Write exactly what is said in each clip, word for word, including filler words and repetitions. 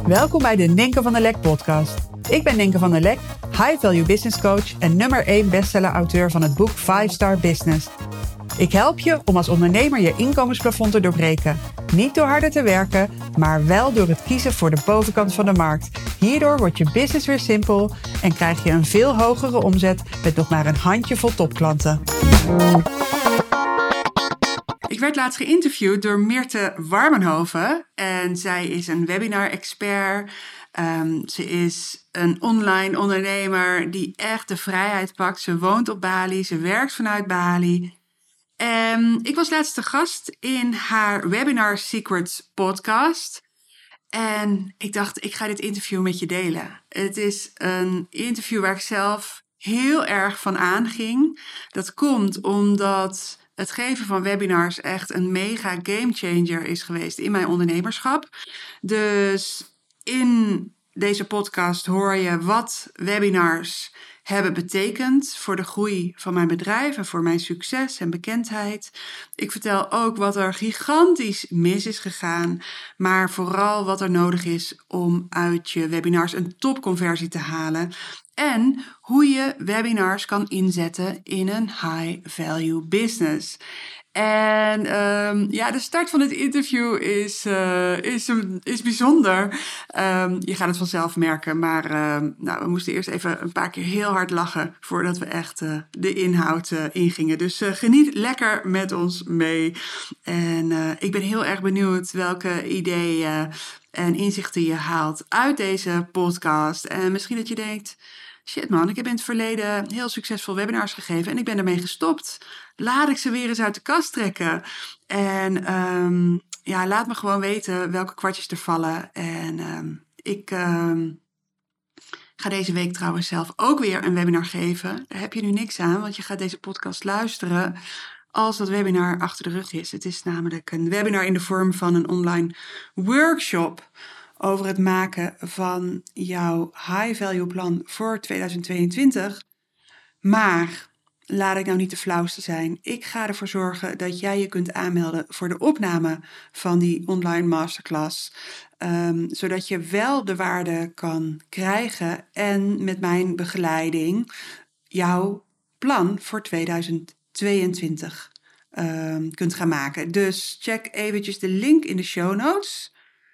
Welkom bij de Ninke van der Lek podcast. Ik ben Ninke van der Lek, High Value Business Coach en nummer één bestseller-auteur van het boek five star Business. Ik help je om als ondernemer je inkomensplafond te doorbreken. Niet door harder te werken, maar wel door het kiezen voor de bovenkant van de markt. Hierdoor wordt je business weer simpel en krijg je een veel hogere omzet met nog maar een handjevol topklanten. Ik werd laatst geïnterviewd door Meerte Warmenhoven en zij is een webinar-expert. Um, ze is een online ondernemer die echt de vrijheid pakt. Ze woont op Bali, ze werkt vanuit Bali. En ik was laatst te gast in haar Webinar Secrets podcast. En ik dacht, ik ga dit interview met je delen. Het is een interview waar ik zelf heel erg van aanging. Dat komt omdat het geven van webinars echt een mega gamechanger is geweest in mijn ondernemerschap. Dus in deze podcast hoor je wat webinars hebben betekend voor de groei van mijn bedrijf en voor mijn succes en bekendheid. Ik vertel ook wat er gigantisch mis is gegaan, maar vooral wat er nodig is om uit je webinars een topconversie te halen. En hoe je webinars kan inzetten in een high-value business. En um, ja, de start van dit interview is, uh, is, is bijzonder. Um, je gaat het vanzelf merken, maar uh, nou, we moesten eerst even een paar keer heel hard lachen voordat we echt uh, de inhoud uh, ingingen. Dus uh, geniet lekker met ons mee. En uh, ik ben heel erg benieuwd welke ideeën en inzichten je haalt uit deze podcast. En misschien dat je denkt, shit man, ik heb in het verleden heel succesvol webinars gegeven en ik ben ermee gestopt. Laat ik ze weer eens uit de kast trekken. En um, ja, laat me gewoon weten welke kwartjes er vallen. En um, ik um, ga deze week trouwens zelf ook weer een webinar geven. Daar heb je nu niks aan, want je gaat deze podcast luisteren als dat webinar achter de rug is. Het is namelijk een webinar in de vorm van een online workshop over het maken van jouw high-value plan voor twintig tweeëntwintig. Maar laat ik nou niet de flauwste zijn. Ik ga ervoor zorgen dat jij je kunt aanmelden voor de opname van die online masterclass. Um, zodat je wel de waarde kan krijgen en met mijn begeleiding jouw plan voor twintig tweeëntwintig um, kunt gaan maken. Dus check eventjes de link in de show notes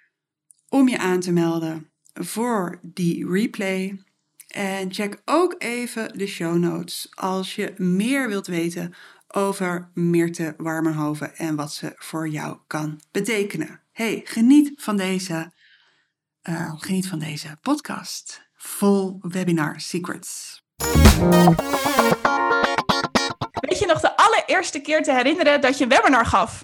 om je aan te melden voor die replay. En check ook even de show notes als je meer wilt weten over Meerte Warmenhoven en wat ze voor jou kan betekenen. Hey, geniet van deze, uh, geniet van deze podcast vol webinar secrets. Weet je nog de allereerste keer te herinneren dat je een webinar gaf?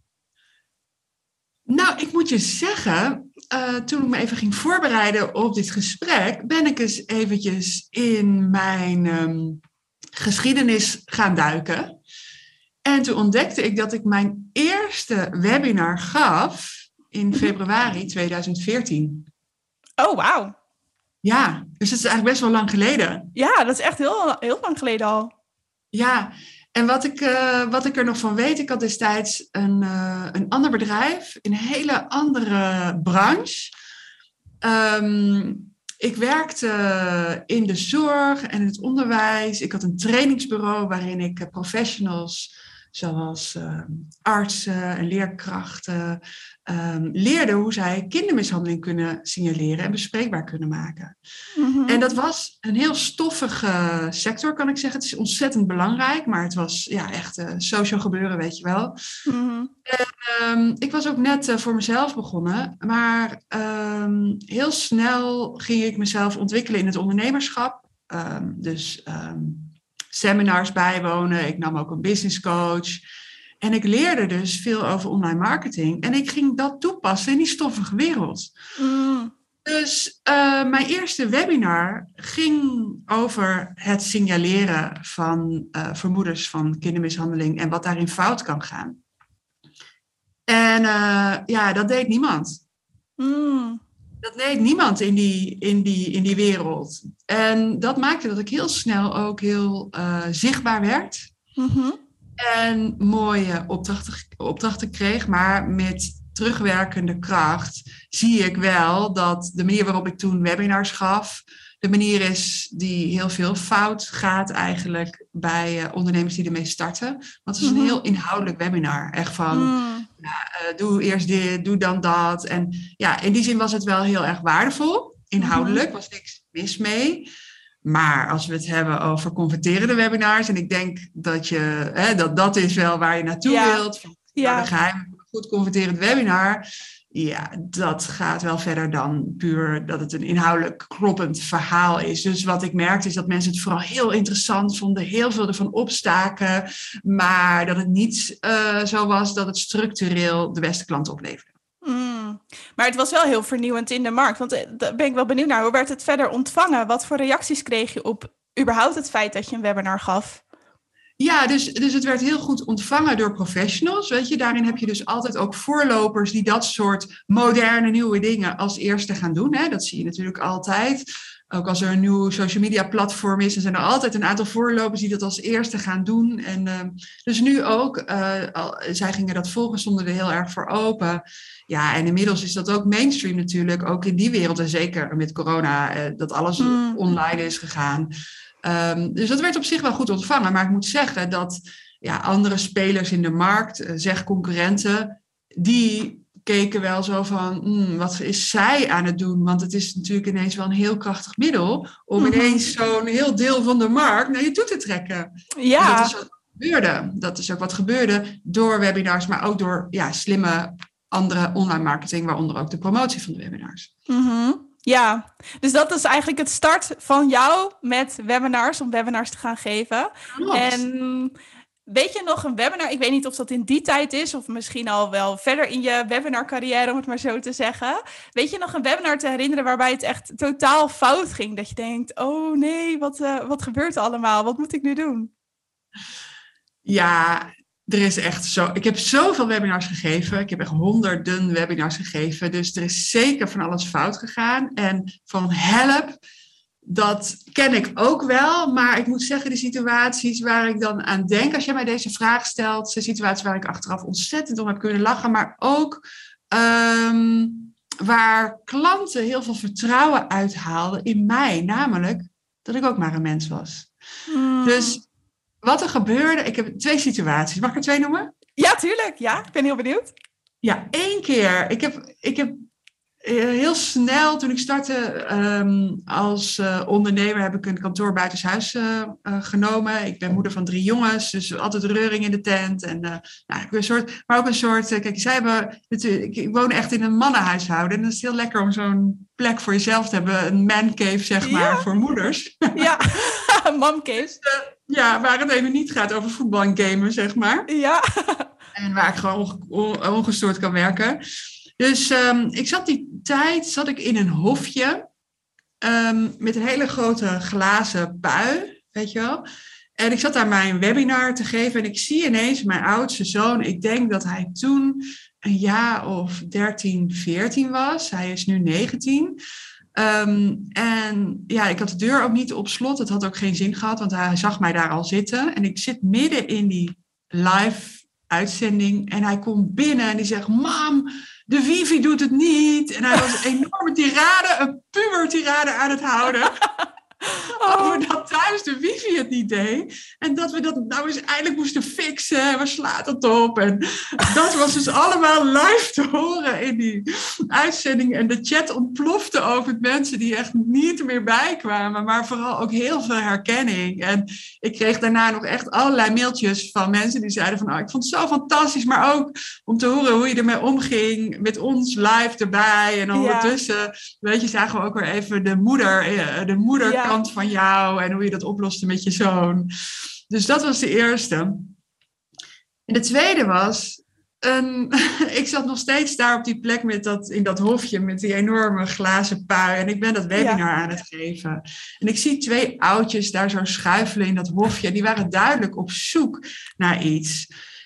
Nou, ik moet je zeggen, uh, toen ik me even ging voorbereiden op dit gesprek, ben ik eens eventjes in mijn um, geschiedenis gaan duiken. En toen ontdekte ik dat ik mijn eerste webinar gaf in februari tweeduizend veertien. Oh, wauw. Ja, dus dat is eigenlijk best wel lang geleden. Ja, dat is echt heel, heel lang geleden al. Ja, en wat ik, uh, wat ik er nog van weet, ik had destijds een, uh, een ander bedrijf in een hele andere branche. Um, ik werkte in de zorg en in het onderwijs. Ik had een trainingsbureau waarin ik uh, professionals zoals uh, artsen en leerkrachten um, leerde hoe zij kindermishandeling kunnen signaleren en bespreekbaar kunnen maken. Mm-hmm. En dat was een heel stoffige sector, kan ik zeggen. Het is ontzettend belangrijk, maar het was ja, echt uh, social gebeuren, weet je wel. Mm-hmm. En, um, ik was ook net uh, voor mezelf begonnen, maar um, heel snel ging ik mezelf ontwikkelen in het ondernemerschap. Um, dus Um, seminars bijwonen. Ik nam ook een business coach. En ik leerde dus veel over online marketing. En ik ging dat toepassen in die stoffige wereld. Mm. Dus uh, mijn eerste webinar ging over het signaleren van uh, vermoedens van kindermishandeling en wat daarin fout kan gaan. En uh, ja, dat deed niemand. Mm. Dat deed niemand in die, in, die, in die wereld. En dat maakte dat ik heel snel ook heel uh, zichtbaar werd. Mm-hmm. En mooie opdrachten, opdrachten kreeg. Maar met terugwerkende kracht zie ik wel dat de manier waarop ik toen webinars gaf, de manier is die heel veel fout gaat eigenlijk bij uh, ondernemers die ermee starten. Want het is een Mm-hmm. heel inhoudelijk webinar. Echt van, Mm. uh, doe eerst dit, doe dan dat. En ja, in die zin was het wel heel erg waardevol. Inhoudelijk mm-hmm. was niks mis mee. Maar als we het hebben over converterende webinars, en ik denk dat je, hè, dat, dat is wel waar je naartoe ja. wilt. Van, ja. De geheim van een goed converterend webinar. Ja, dat gaat wel verder dan puur dat het een inhoudelijk kloppend verhaal is. Dus wat ik merkte is dat mensen het vooral heel interessant vonden, heel veel ervan opstaken, maar dat het niet uh, zo was dat het structureel de beste klanten opleverde. Mm, maar het was wel heel vernieuwend in de markt, want daar ben ik wel benieuwd naar. Hoe werd het verder ontvangen? Wat voor reacties kreeg je op überhaupt het feit dat je een webinar gaf? Ja, dus, dus het werd heel goed ontvangen door professionals. Weet je, daarin heb je dus altijd ook voorlopers die dat soort moderne nieuwe dingen als eerste gaan doen. Hè. Dat zie je natuurlijk altijd. Ook als er een nieuw social media platform is, dan zijn er altijd een aantal voorlopers die dat als eerste gaan doen. En uh, dus nu ook, uh, al, zij gingen dat volgen, stonden er heel erg voor open. Ja, en inmiddels is dat ook mainstream natuurlijk, ook in die wereld. En zeker met corona, uh, dat alles mm. online is gegaan. Um, dus dat werd op zich wel goed ontvangen. Maar ik moet zeggen dat ja, andere spelers in de markt, uh, zeg concurrenten, die keken wel zo van, hmm, wat is zij aan het doen? Want het is natuurlijk ineens wel een heel krachtig middel om mm-hmm. ineens zo'n heel deel van de markt naar je toe te trekken. Ja. Dat is wat gebeurde. Dat is ook wat gebeurde door webinars, maar ook door ja, slimme andere online marketing, waaronder ook de promotie van de webinars. Mm-hmm. Ja, dus dat is eigenlijk het start van jou met webinars, om webinars te gaan geven. Klopt. En weet je nog een webinar, ik weet niet of dat in die tijd is, of misschien al wel verder in je webinarcarrière, om het maar zo te zeggen. Weet je nog een webinar te herinneren waarbij het echt totaal fout ging? Dat je denkt, oh nee, wat, uh, wat gebeurt er allemaal? Wat moet ik nu doen? Ja, er is echt zo. Ik heb zoveel webinars gegeven. Ik heb echt honderden webinars gegeven. Dus er is zeker van alles fout gegaan. En van help, dat ken ik ook wel. Maar ik moet zeggen, de situaties waar ik dan aan denk, als jij mij deze vraag stelt, zijn situaties waar ik achteraf ontzettend om heb kunnen lachen. Maar ook um, waar klanten heel veel vertrouwen uithaalden in mij. Namelijk dat ik ook maar een mens was. Mm. Dus wat er gebeurde, ik heb twee situaties. Mag ik er twee noemen? Ja, tuurlijk. Ja, ik ben heel benieuwd. Ja, één keer. Ik heb, ik heb heel snel, toen ik startte um, als uh, ondernemer, heb ik een kantoor buitenshuis uh, uh, genomen. Ik ben moeder van drie jongens, dus altijd reuring in de tent. En, uh, nou, een soort, maar ook een soort, uh, kijk, zij hebben, natuurlijk, ik woon echt in een mannenhuishouden. En dat is heel lekker om zo'n plek voor jezelf te hebben. Een mancave, zeg maar, ja. voor moeders. Ja, momcave. Dus, uh, ja, waar het even niet gaat over voetbal en gamen, zeg maar. Ja. En waar ik gewoon onge- ongestoord kan werken. Dus um, ik zat die tijd zat ik in een hofje um, met een hele grote glazen pui, weet je wel. En ik zat daar mijn webinar te geven en ik zie ineens mijn oudste zoon. Ik denk dat hij toen een jaar of dertien, veertien was. Hij is nu negentien. Um, en ja, ik had de deur ook niet op slot. Het had ook geen zin gehad, want hij zag mij daar al zitten. En ik zit midden in die live uitzending en hij komt binnen en die zegt, mam, de wifi doet het niet. En hij was een enorme tirade, een puber tirade aan het houden. Oh. Over dat thuis de wifi het niet deed. En dat we dat nou eens eindelijk moesten fixen. Waar slaat dat op? En dat was dus allemaal live te horen in die uitzending. En de chat ontplofte ook met mensen die echt niet meer bijkwamen. Maar vooral ook heel veel herkenning. En ik kreeg daarna nog echt allerlei mailtjes van mensen die zeiden van, oh, ik vond het zo fantastisch. Maar ook om te horen hoe je ermee omging. Met ons live erbij. En ondertussen, ja. weet je, zagen we ook weer even de moeder, de moeder ja. kant van jou en hoe je dat oploste met je zoon. Dus dat was de eerste. En de tweede was, een, ik zat nog steeds daar op die plek met dat, in dat hofje met die enorme glazen pui en ik ben dat webinar ja. aan het geven. En ik zie twee oudjes daar zo schuifelen in dat hofje en die waren duidelijk op zoek naar iets.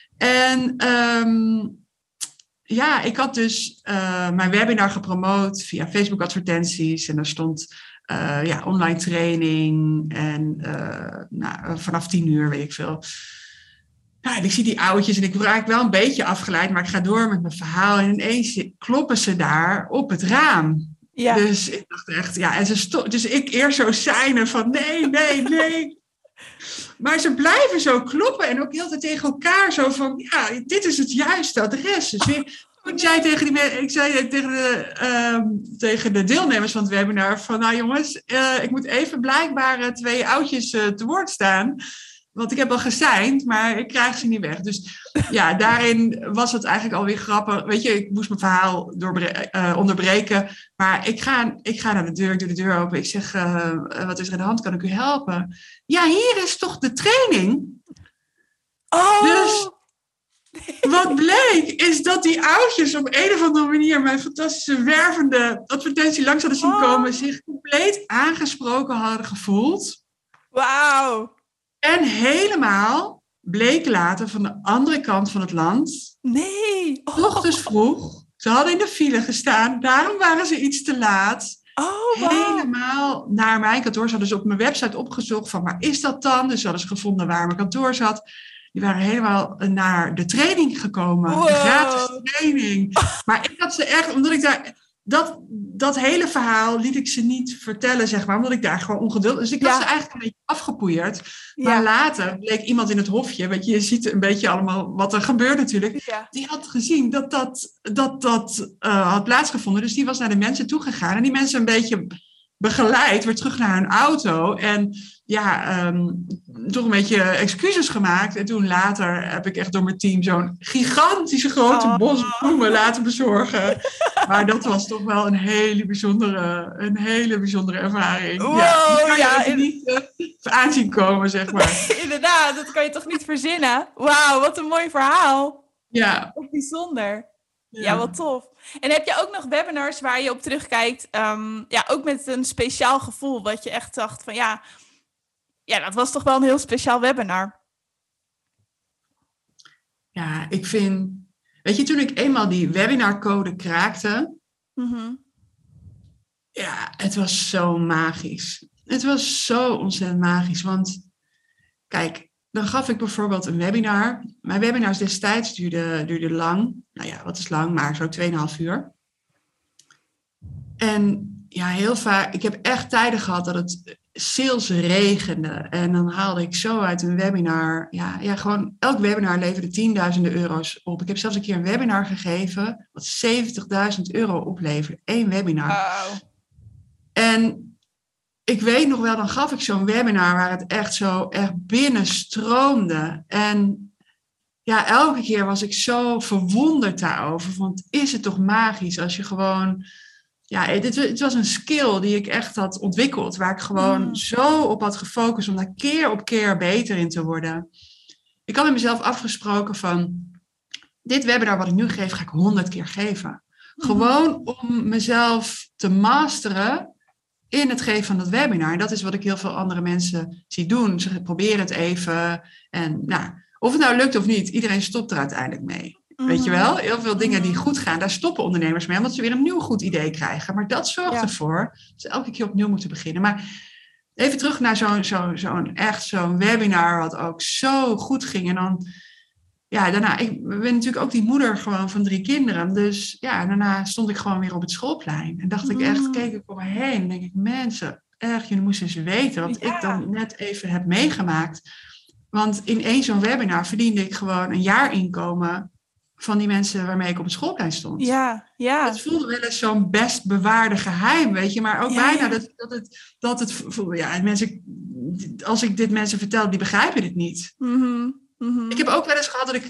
En um, ja, ik had dus uh, mijn webinar gepromoot via Facebook advertenties en daar stond Uh, ja, online training en uh, nou, vanaf tien uur, weet ik veel. Ja, en ik zie die oudjes en ik word eigenlijk wel een beetje afgeleid, maar ik ga door met mijn verhaal. En ineens kloppen ze daar op het raam. Ja. Dus ik dacht echt, ja, en ze sto- dus ik eerst zo seinen van nee, nee, nee. Maar ze blijven zo kloppen en ook heel tijd tegen elkaar zo van, ja, dit is het juiste adres. Dus weer, ik zei tegen, die, ik zei tegen, de, uh, tegen de deelnemers van het webinar van, nou jongens, uh, ik moet even blijkbaar uh, twee oudjes uh, te woord staan. Want ik heb al geseind, maar ik krijg ze niet weg. Dus ja, daarin was het eigenlijk alweer grappig. Weet je, ik moest mijn verhaal doorbre- uh, onderbreken. Maar ik ga, ik ga naar de deur, ik doe de deur open. Ik zeg, uh, wat is er aan de hand? Kan ik u helpen? Ja, hier is toch de training? Oh! Dus wat bleek, is dat die oudjes op een of andere manier mijn fantastische wervende advertentie langs hadden zien komen. Oh. Zich compleet aangesproken hadden gevoeld. Wauw! En helemaal bleek later van de andere kant van het land. Nee! Oh. Ochtends vroeg. Ze hadden in de file gestaan. Daarom waren ze iets te laat. Oh, wow. Helemaal naar mijn kantoor. Ze hadden dus op mijn website opgezocht van waar is dat dan? Dus ze hadden ze gevonden waar mijn kantoor zat. Die waren helemaal naar de training gekomen. Wow. De gratis training. Maar ik had ze echt, omdat ik daar... Dat, dat hele verhaal liet ik ze niet vertellen, zeg maar, omdat ik daar gewoon ongeduldig... Dus ik was ja. ze eigenlijk een beetje afgepoeierd. Ja. Maar later bleek iemand in het hofje, weet je, je ziet een beetje allemaal wat er gebeurt natuurlijk. Ja. Die had gezien dat dat, dat, dat uh, had plaatsgevonden. Dus die was naar de mensen toegegaan. En die mensen een beetje begeleid, weer terug naar hun auto. En ja, um, toch een beetje excuses gemaakt. En toen later heb ik echt door mijn team zo'n gigantische grote oh. bos bloemen laten bezorgen. Maar dat was toch wel een hele bijzondere, een hele bijzondere ervaring. Wow, ja, die kan je ja, even in... niet uh, aanzien komen, zeg maar. Inderdaad, dat kan je toch niet verzinnen? Wauw, wat een mooi verhaal. Ja. Wat bijzonder. Ja. Ja, wat tof. En heb je ook nog webinars waar je op terugkijkt, um, ja, ook met een speciaal gevoel, wat je echt dacht van ja, ja, dat was toch wel een heel speciaal webinar. Ja, ik vind, weet je, toen ik eenmaal die webinarcode kraakte, Mm-hmm. ja, het was zo magisch. Het was zo ontzettend magisch, want kijk, dan gaf ik bijvoorbeeld een webinar. Mijn webinars destijds duurden duurde lang. Nou ja, wat is lang, maar zo tweeënhalf uur. En ja, heel vaak, ik heb echt tijden gehad dat het sales regende. En dan haalde ik zo uit een webinar. Ja, ja gewoon elk webinar leverde tienduizenden euro's op. Ik heb zelfs een keer een webinar gegeven wat zeventigduizend euro opleverde. Eén webinar. Wow. En ik weet nog wel, dan gaf ik zo'n webinar waar het echt zo echt binnenstroomde. En ja, elke keer was ik zo verwonderd daarover. Want is het toch magisch als je gewoon... Ja, het, het was een skill die ik echt had ontwikkeld. Waar ik gewoon mm. zo op had gefocust om daar keer op keer beter in te worden. Ik had met mezelf afgesproken van... Dit webinar wat ik nu geef, ga ik honderd keer geven. Mm. Gewoon om mezelf te masteren in het geven van dat webinar. En dat is wat ik heel veel andere mensen zie doen. Ze proberen het even. En nou, of het nou lukt of niet, iedereen stopt er uiteindelijk mee. Mm-hmm. Weet je wel? Heel veel dingen die goed gaan, daar stoppen ondernemers mee. Omdat ze weer een nieuw goed idee krijgen. Maar dat zorgt ja. ervoor dat ze elke keer opnieuw moeten beginnen. Maar even terug naar zo'n, zo'n, zo'n echt zo'n webinar wat ook zo goed ging. En dan... Ja, daarna, ik ben natuurlijk ook die moeder gewoon van drie kinderen. Dus ja, daarna stond ik gewoon weer op het schoolplein. En dacht ik echt, keek ik om me heen. En denk ik, mensen, echt, jullie moesten eens weten wat ja. ik dan net even heb meegemaakt. Want in één zo'n webinar verdiende ik gewoon een jaarinkomen van die mensen waarmee ik op het schoolplein stond. Ja, ja. Het voelde wel eens zo'n best bewaarde geheim, weet je. Maar ook ja, bijna ja. dat, dat het, dat het voelde, ja, mensen, als ik dit mensen vertel, die begrijpen dit niet. Mm-hmm. Mm-hmm. Ik heb ook wel eens gehad dat ik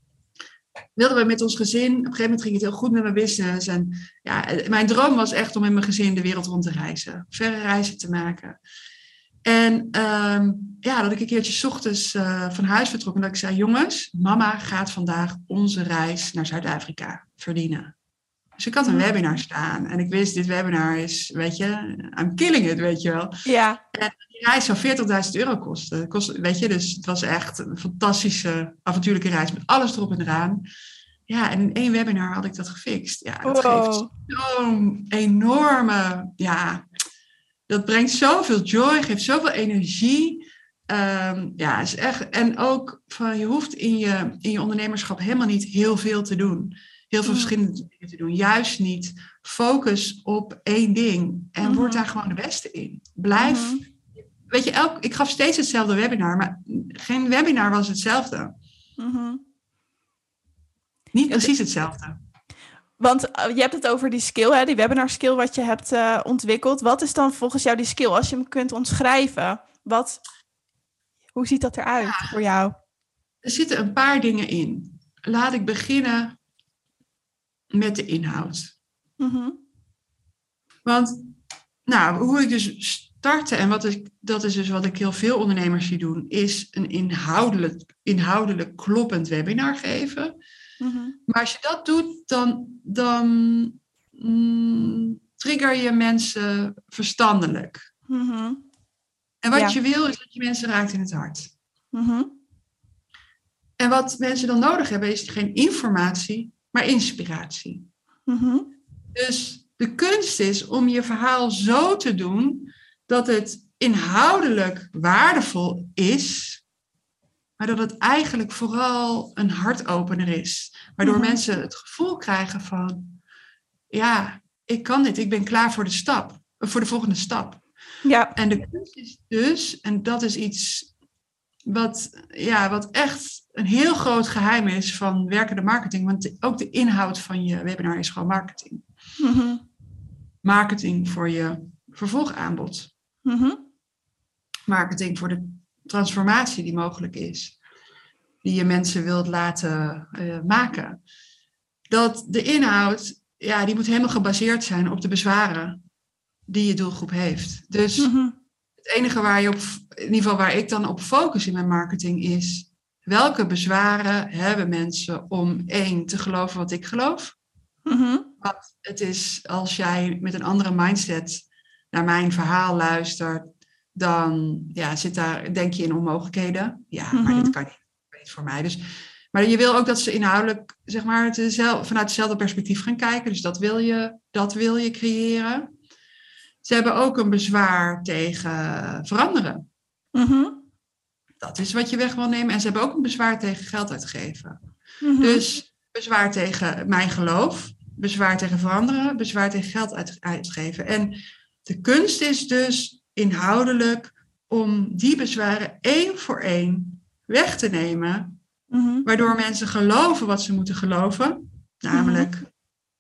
wilde we met ons gezin. Op een gegeven moment ging het heel goed met mijn business. En ja, mijn droom was echt om met mijn gezin de wereld rond te reizen. Verre reizen te maken. En um, ja, dat ik een keertje 's ochtends uh, van huis vertrok. En dat ik zei, jongens, mama gaat vandaag onze reis naar Zuid-Afrika verdienen. Dus ik had een mm-hmm. webinar staan. En ik wist, dit webinar is, weet je, I'm killing it, weet je wel. Ja. En die reis zou veertigduizend euro kosten. Kost, weet je, dus het was echt een fantastische, avontuurlijke reis met alles erop en eraan. Ja, en in één webinar had ik dat gefixt. Ja, dat wow. geeft zo'n enorme, ja, dat brengt zoveel joy, geeft zoveel energie. Um, ja, is echt. En ook van je hoeft in je, in je ondernemerschap helemaal niet heel veel te doen. Heel veel mm. verschillende dingen te doen. Juist niet. Focus op één ding. En mm-hmm. word daar gewoon de beste in. Blijf. Mm-hmm. Weet je, elk, ik gaf steeds hetzelfde webinar, maar geen webinar was hetzelfde. Mm-hmm. Niet precies hetzelfde. Want uh, je hebt het over die skill, hè, die webinar skill wat je hebt uh, ontwikkeld. Wat is dan volgens jou die skill? Als je hem kunt omschrijven, wat, hoe ziet dat eruit ja, voor jou? Er zitten een paar dingen in. Laat ik beginnen met de inhoud. Mm-hmm. Want, nou, hoe ik dus startte, en wat ik, dat is dus wat ik heel veel ondernemers zie doen, is een inhoudelijk, inhoudelijk kloppend webinar geven. Mm-hmm. Maar als je dat doet, dan, dan mm, trigger je mensen verstandelijk. Mm-hmm. En wat ja. je wil, is dat je mensen raakt in het hart. Mm-hmm. En wat mensen dan nodig hebben, is geen informatie, maar inspiratie. Mm-hmm. Dus de kunst is om je verhaal zo te doen dat het inhoudelijk waardevol is, maar dat het eigenlijk vooral een hartopener is. Waardoor mm-hmm. mensen het gevoel krijgen van, ja, ik kan dit, ik ben klaar voor de stap, voor de volgende stap. Ja. En de kunst is dus, en dat is iets wat, ja, wat echt een heel groot geheim is van werkende marketing, want de, ook de inhoud van je webinar is gewoon marketing. Mm-hmm. Marketing voor je vervolgaanbod. Mm-hmm. Marketing voor de transformatie die mogelijk is. Die je mensen wilt laten uh, maken. Dat de inhoud, ja, die moet helemaal gebaseerd zijn op de bezwaren die je doelgroep heeft. Dus mm-hmm. het enige waar je op, in ieder geval waar ik dan op focus in mijn marketing is, welke bezwaren hebben mensen om één, te geloven wat ik geloof? Mm-hmm. Want het is, als jij met een andere mindset naar mijn verhaal luistert, dan ja, zit daar, denk je in onmogelijkheden. Ja, mm-hmm. maar dit kan niet, niet voor mij. Dus, maar je wil ook dat ze inhoudelijk, zeg maar, het zelf, vanuit hetzelfde perspectief gaan kijken. Dus dat wil je, dat wil je creëren. Ze hebben ook een bezwaar tegen veranderen. Mm-hmm. Dat is wat je weg wil nemen. En ze hebben ook een bezwaar tegen geld uitgeven. Mm-hmm. Dus bezwaar tegen mijn geloof, bezwaar tegen veranderen, bezwaar tegen geld uit, uitgeven. En de kunst is dus inhoudelijk om die bezwaren één voor één weg te nemen, mm-hmm. waardoor mensen geloven wat ze moeten geloven. Namelijk, mm-hmm.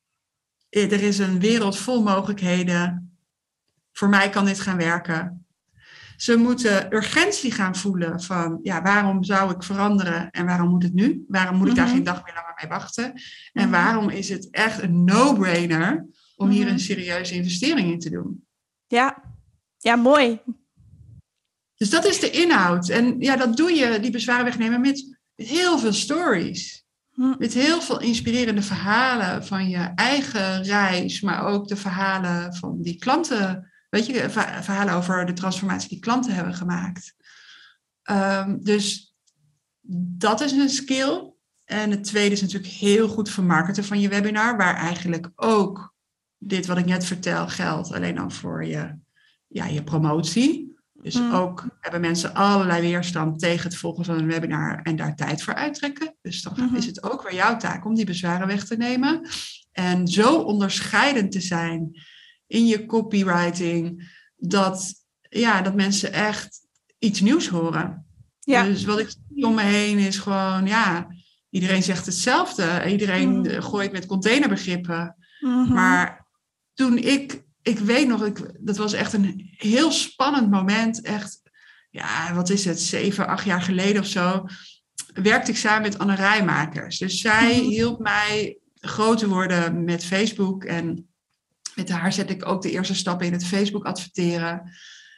er is een wereld vol mogelijkheden. Voor mij kan dit gaan werken. Ze moeten urgentie gaan voelen van, ja, waarom zou ik veranderen en waarom moet het nu? Waarom moet ik mm-hmm. daar geen dag meer langer mee wachten? En mm-hmm. waarom is het echt een no-brainer om mm-hmm. hier een serieuze investering in te doen? Ja, ja, mooi. Dus dat is de inhoud. En ja, dat doe je, die bezwaren wegnemen, met, met heel veel stories. Mm. Met heel veel inspirerende verhalen van je eigen reis, maar ook de verhalen van die klanten. Weet je, verhalen over de transformatie die klanten hebben gemaakt. Um, dus dat is een skill. En het tweede is natuurlijk heel goed vermarkten van je webinar, waar eigenlijk ook dit wat ik net vertel geldt, alleen dan voor je, ja, je promotie. Dus mm. ook hebben mensen allerlei weerstand tegen het volgen van een webinar en daar tijd voor uittrekken. Dus dan mm-hmm. is het ook weer jouw taak om die bezwaren weg te nemen. En zo onderscheidend te zijn in je copywriting, dat, ja, dat mensen echt iets nieuws horen. Ja. Dus wat ik zie om me heen is gewoon, ja, iedereen zegt hetzelfde. Iedereen mm. gooit met containerbegrippen. Mm-hmm. Maar toen ik, ik weet nog, ik, dat was echt een heel spannend moment. Echt, ja, wat is het, zeven, acht jaar geleden of zo, werkte ik samen met Anne Rijmakers. Dus zij mm-hmm. hielp mij groot te worden met Facebook. En met haar zet ik ook de eerste stappen in het Facebook adverteren.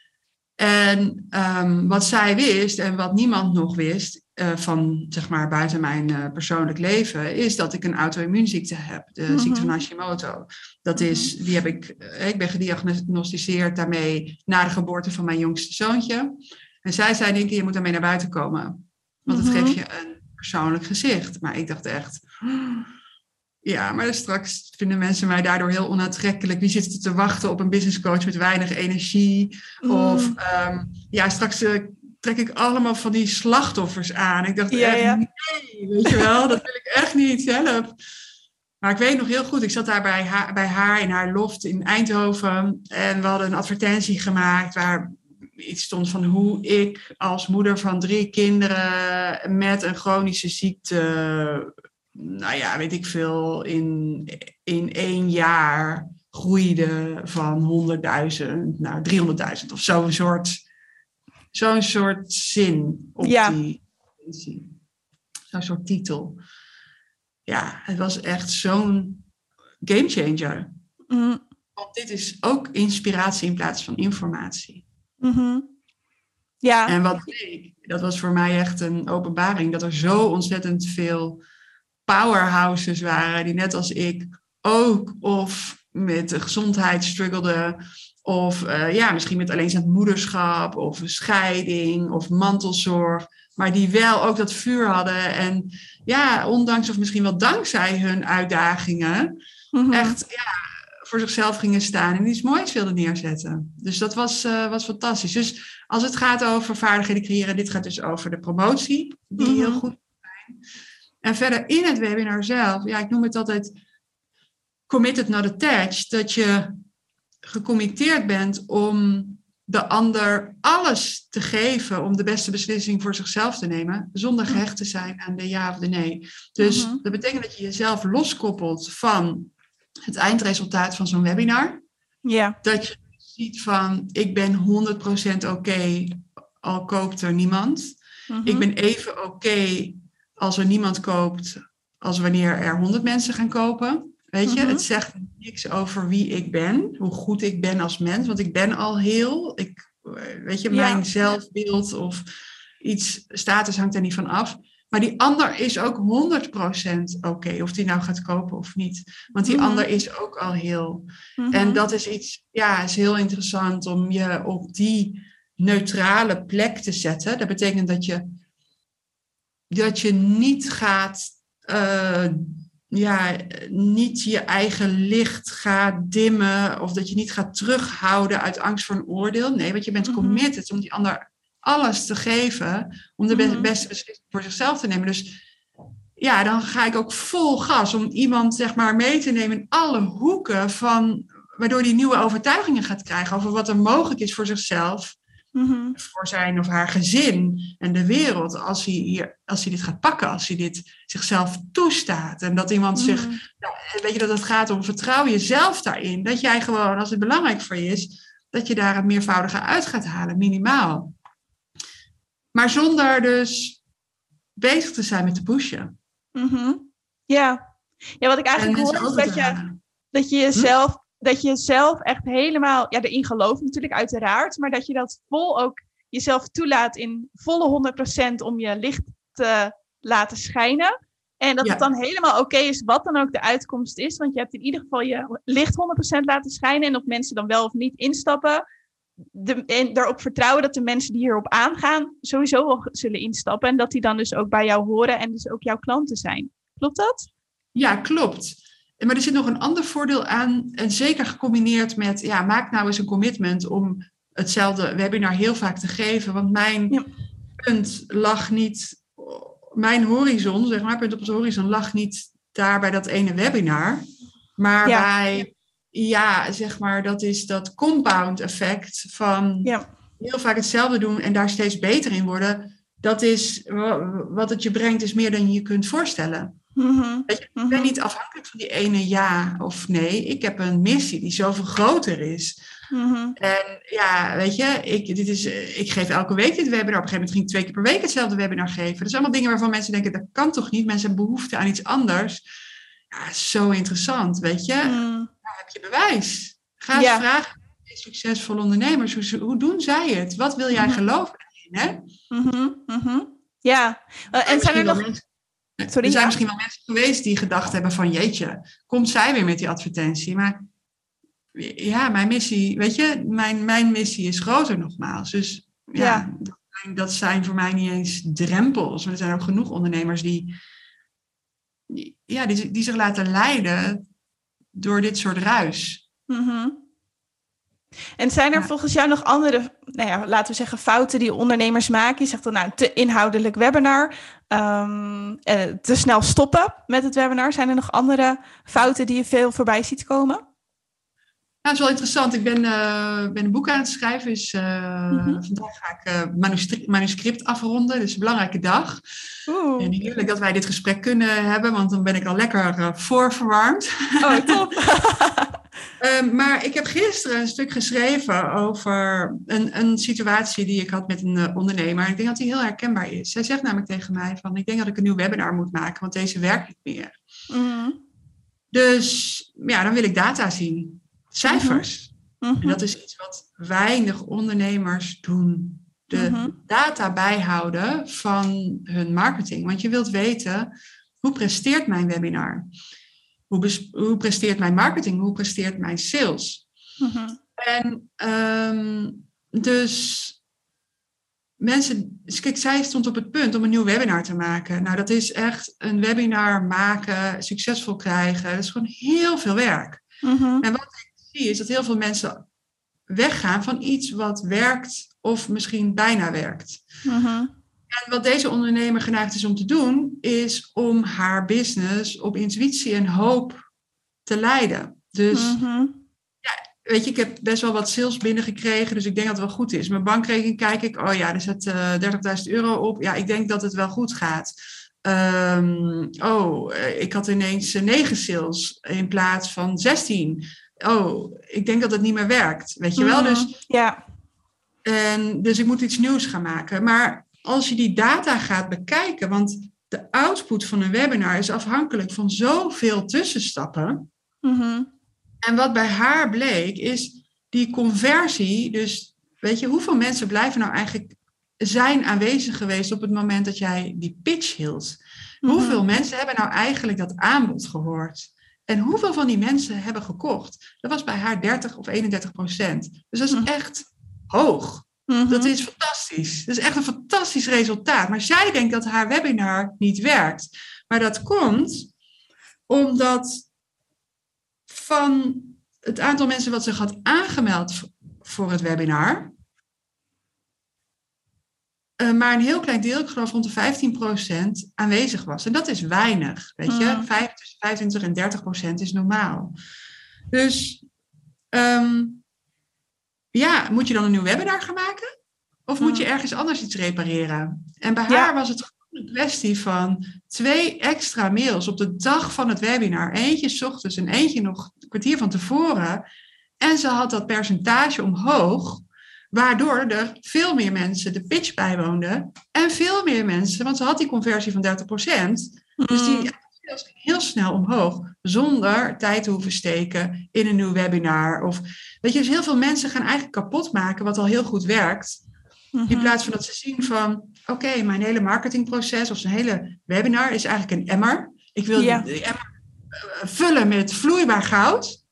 En um, wat zij wist en wat niemand nog wist, uh, van zeg maar buiten mijn uh, persoonlijk leven, is dat ik een auto-immuunziekte heb, de mm-hmm. ziekte van Hashimoto. Dat mm-hmm. is, die heb ik, uh, ik ben gediagnosticeerd daarmee na de geboorte van mijn jongste zoontje. En zij zei, denk ik, je moet daarmee naar buiten komen. Want het mm-hmm. geeft je een persoonlijk gezicht. Maar ik dacht echt, ja, maar straks vinden mensen mij daardoor heel onaantrekkelijk. Wie zit er te wachten op een businesscoach met weinig energie? Mm. Of um, ja, straks uh, trek ik allemaal van die slachtoffers aan. Ik dacht Ja, echt, ja. nee, weet je wel, dat wil ik echt niet, help. Maar ik weet nog heel goed, ik zat daar bij haar, bij haar in haar loft in Eindhoven. En we hadden een advertentie gemaakt waar iets stond van hoe ik als moeder van drie kinderen met een chronische ziekte, nou ja, weet ik veel, in, in één jaar groeide van honderdduizend naar driehonderdduizend of zo, een soort, zo'n soort zin op Ja. die, zo'n soort titel. Ja, het was echt zo'n gamechanger. Mm. Want dit is ook inspiratie in plaats van informatie. Mm-hmm. Ja. En wat bleek, dat was voor mij echt een openbaring, dat er zo ontzettend veel powerhouses waren die net als ik ook of met de gezondheid struggelden, of uh, ja, misschien met alleenstaand moederschap, of een scheiding, of mantelzorg, maar die wel ook dat vuur hadden en ja, ondanks of misschien wel dankzij hun uitdagingen, mm-hmm. echt ja, voor zichzelf gingen staan en iets moois wilden neerzetten. Dus dat was, uh, was fantastisch. Dus als het gaat over vaardigheden creëren, dit gaat dus over de promotie, die mm-hmm. heel goed zijn. En verder in het webinar zelf, ja, ik noem het altijd committed not attached, dat je gecommitteerd bent om de ander alles te geven om de beste beslissing voor zichzelf te nemen, zonder gehecht te zijn aan de ja of de nee. Dus mm-hmm. dat betekent dat je jezelf loskoppelt van het eindresultaat van zo'n webinar. Ja. Dat je ziet van, ik ben honderd procent oké, okay, al koopt er niemand. Mm-hmm. Ik ben even oké okay als er niemand koopt, als wanneer er honderd mensen gaan kopen. Weet je, mm-hmm. het zegt niks over wie ik ben, hoe goed ik ben als mens, want ik ben al heel, ik, weet je, mijn ja. zelfbeeld of iets, status hangt er niet van af. Maar die ander is ook honderd procent oké, okay, of die nou gaat kopen of niet. Want die mm-hmm. ander is ook al heel. Mm-hmm. En dat is iets, ja, is heel interessant om je op die neutrale plek te zetten. Dat betekent dat je, dat je niet gaat, uh, ja, niet je eigen licht gaat dimmen. Of dat je niet gaat terughouden uit angst voor een oordeel. Nee, want je bent mm-hmm. committed om die ander alles te geven om de mm-hmm. beste beslissing voor zichzelf te nemen. Dus ja, dan ga ik ook vol gas om iemand zeg maar mee te nemen in alle hoeken van, waardoor die nieuwe overtuigingen gaat krijgen over wat er mogelijk is voor zichzelf, mm-hmm. voor zijn of haar gezin en de wereld, als hij, hier, als hij dit gaat pakken, als hij dit zichzelf toestaat. En dat iemand mm-hmm. zich, nou, weet je dat het gaat om vertrouw jezelf daarin, dat jij gewoon, als het belangrijk voor je is, dat je daar het meervoudige uit gaat halen, minimaal. Maar zonder dus bezig te zijn met te pushen. Mm-hmm. Ja. Ja, wat ik eigenlijk hoor is dat je, dat je jezelf, hm? dat je jezelf echt helemaal, ja, erin gelooft natuurlijk uiteraard, maar dat je dat vol ook jezelf toelaat in volle honderd procent om je licht te laten schijnen. En dat ja. het dan helemaal oké okay is wat dan ook de uitkomst is, want je hebt in ieder geval je licht honderd procent laten schijnen en of mensen dan wel of niet instappen. De, en daarop vertrouwen dat de mensen die hierop aangaan sowieso wel zullen instappen en dat die dan dus ook bij jou horen en dus ook jouw klanten zijn. Klopt dat? Ja, klopt. Maar er zit nog een ander voordeel aan en zeker gecombineerd met, ja, maak nou eens een commitment om hetzelfde webinar heel vaak te geven, want mijn ja. punt lag niet, mijn horizon, zeg maar, punt op de horizon lag niet daar bij dat ene webinar, maar ja. bij Ja, zeg maar, dat is dat compound effect van ja. heel vaak hetzelfde doen en daar steeds beter in worden. Dat is, wat het je brengt, is meer dan je je kunt voorstellen. Mm-hmm. Weet je, ik ben niet afhankelijk van die ene ja of nee. Ik heb een missie die zoveel groter is. Mm-hmm. En ja, weet je, ik, dit is, ik geef elke week dit webinar. Op een gegeven moment ging ik twee keer per week hetzelfde webinar geven. Dat zijn allemaal dingen waarvan mensen denken, dat kan toch niet? Mensen hebben behoefte aan iets anders. Ja, zo interessant, weet je. Mm. Nou, heb je bewijs. Ga eens ja. vragen aan succesvolle ondernemers. Hoe, hoe doen zij het? Wat wil jij mm-hmm. geloven in? Hè? Mm-hmm. Mm-hmm. Ja, uh, en zijn er nog... Mensen, Sorry, er zijn ja. misschien wel mensen geweest die gedacht hebben van, jeetje, komt zij weer met die advertentie? Maar ja, mijn missie, weet je, mijn, mijn missie is groter nogmaals. Dus ja, ja. Dat, zijn, dat zijn voor mij niet eens drempels. Maar er zijn ook genoeg ondernemers die... Ja, die, die zich laten leiden door dit soort ruis. Mm-hmm. En zijn er Ja. volgens jou nog andere, nou ja, laten we zeggen, fouten die ondernemers maken? Je zegt dan, nou, te inhoudelijk webinar, um, eh, te snel stoppen met het webinar. Zijn er nog andere fouten die je veel voorbij ziet komen? Nou, dat is wel interessant. Ik ben, uh, ben een boek aan het schrijven. Dus, uh, Mm-hmm. Vandaag ga ik uh, manuscript, manuscript afronden. Dus een belangrijke dag. Oeh. En heerlijk dat wij dit gesprek kunnen hebben, want dan ben ik al lekker uh, voorverwarmd. Oh, top. um, maar ik heb gisteren een stuk geschreven over een, een situatie die ik had met een uh, ondernemer. Ik denk dat die heel herkenbaar is. Zij zegt namelijk tegen mij van, ik denk dat ik een nieuw webinar moet maken, want deze werkt niet meer. Mm-hmm. Dus ja, dan wil ik data zien. Cijfers. Mm-hmm. En dat is iets wat weinig ondernemers doen. De Mm-hmm. data bijhouden van hun marketing. Want je wilt weten, hoe presteert mijn webinar? Hoe, bes- hoe presteert mijn marketing? Hoe presteert mijn sales? Mm-hmm. En um, dus mensen... Dus kijk, zij stond op het punt om een nieuw webinar te maken. Nou, dat is echt een webinar maken, succesvol krijgen. Dat is gewoon heel veel werk. Mm-hmm. En wat ik zie is dat heel veel mensen weggaan van iets wat werkt of misschien bijna werkt. Mm-hmm. En wat deze ondernemer geneigd is om te doen, is om haar business op intuïtie en hoop te leiden. Dus, Mm-hmm. weet je, ik heb best wel wat sales binnengekregen, dus ik denk dat het wel goed is. Mijn bankrekening kijk ik, oh ja, er zit uh, dertigduizend euro op. Ja, ik denk dat het wel goed gaat. Um, oh, ik had ineens negen sales in plaats van zestien. Oh, ik denk dat het niet meer werkt, weet je wel? Mm-hmm. Dus, ja. en, dus ik moet iets nieuws gaan maken. Maar als je die data gaat bekijken, want de output van een webinar is afhankelijk van zoveel tussenstappen. Mm-hmm. En wat bij haar bleek, is die conversie. Dus weet je, hoeveel mensen blijven nou eigenlijk zijn aanwezig geweest op het moment dat jij die pitch hield? Mm-hmm. Hoeveel mensen hebben nou eigenlijk dat aanbod gehoord? En hoeveel van die mensen hebben gekocht? Dat was bij haar dertig of eenendertig procent. Dus dat is mm-hmm. echt hoog. Mm-hmm. Dat is fantastisch. Dat is echt een fantastisch resultaat. Maar zij denkt dat haar webinar niet werkt. Maar dat komt omdat van het aantal mensen wat zich had aangemeld voor het webinar, uh, maar een heel klein deel, ik geloof rond de vijftien procent, aanwezig was. En dat is weinig, weet je. Mm. Vijf, tussen vijfentwintig en dertig procent is normaal. Dus um, ja, moet je dan een nieuw webinar gaan maken? Of mm. moet je ergens anders iets repareren? En bij ja. haar was het een kwestie van twee extra mails op de dag van het webinar. Eentje 's ochtends en eentje nog een kwartier van tevoren. En ze had dat percentage omhoog, waardoor er veel meer mensen de pitch bijwoonden. En veel meer mensen, want ze had die conversie van dertig procent. Mm. Dus die ging heel snel omhoog, zonder tijd te hoeven steken in een nieuw webinar. Of, weet je, dus heel veel mensen gaan eigenlijk kapot maken wat al heel goed werkt. Mm-hmm. In plaats van dat ze zien van, oké, okay, mijn hele marketingproces of zijn hele webinar is eigenlijk een emmer. Ik wil ja. die emmer vullen met vloeibaar goud.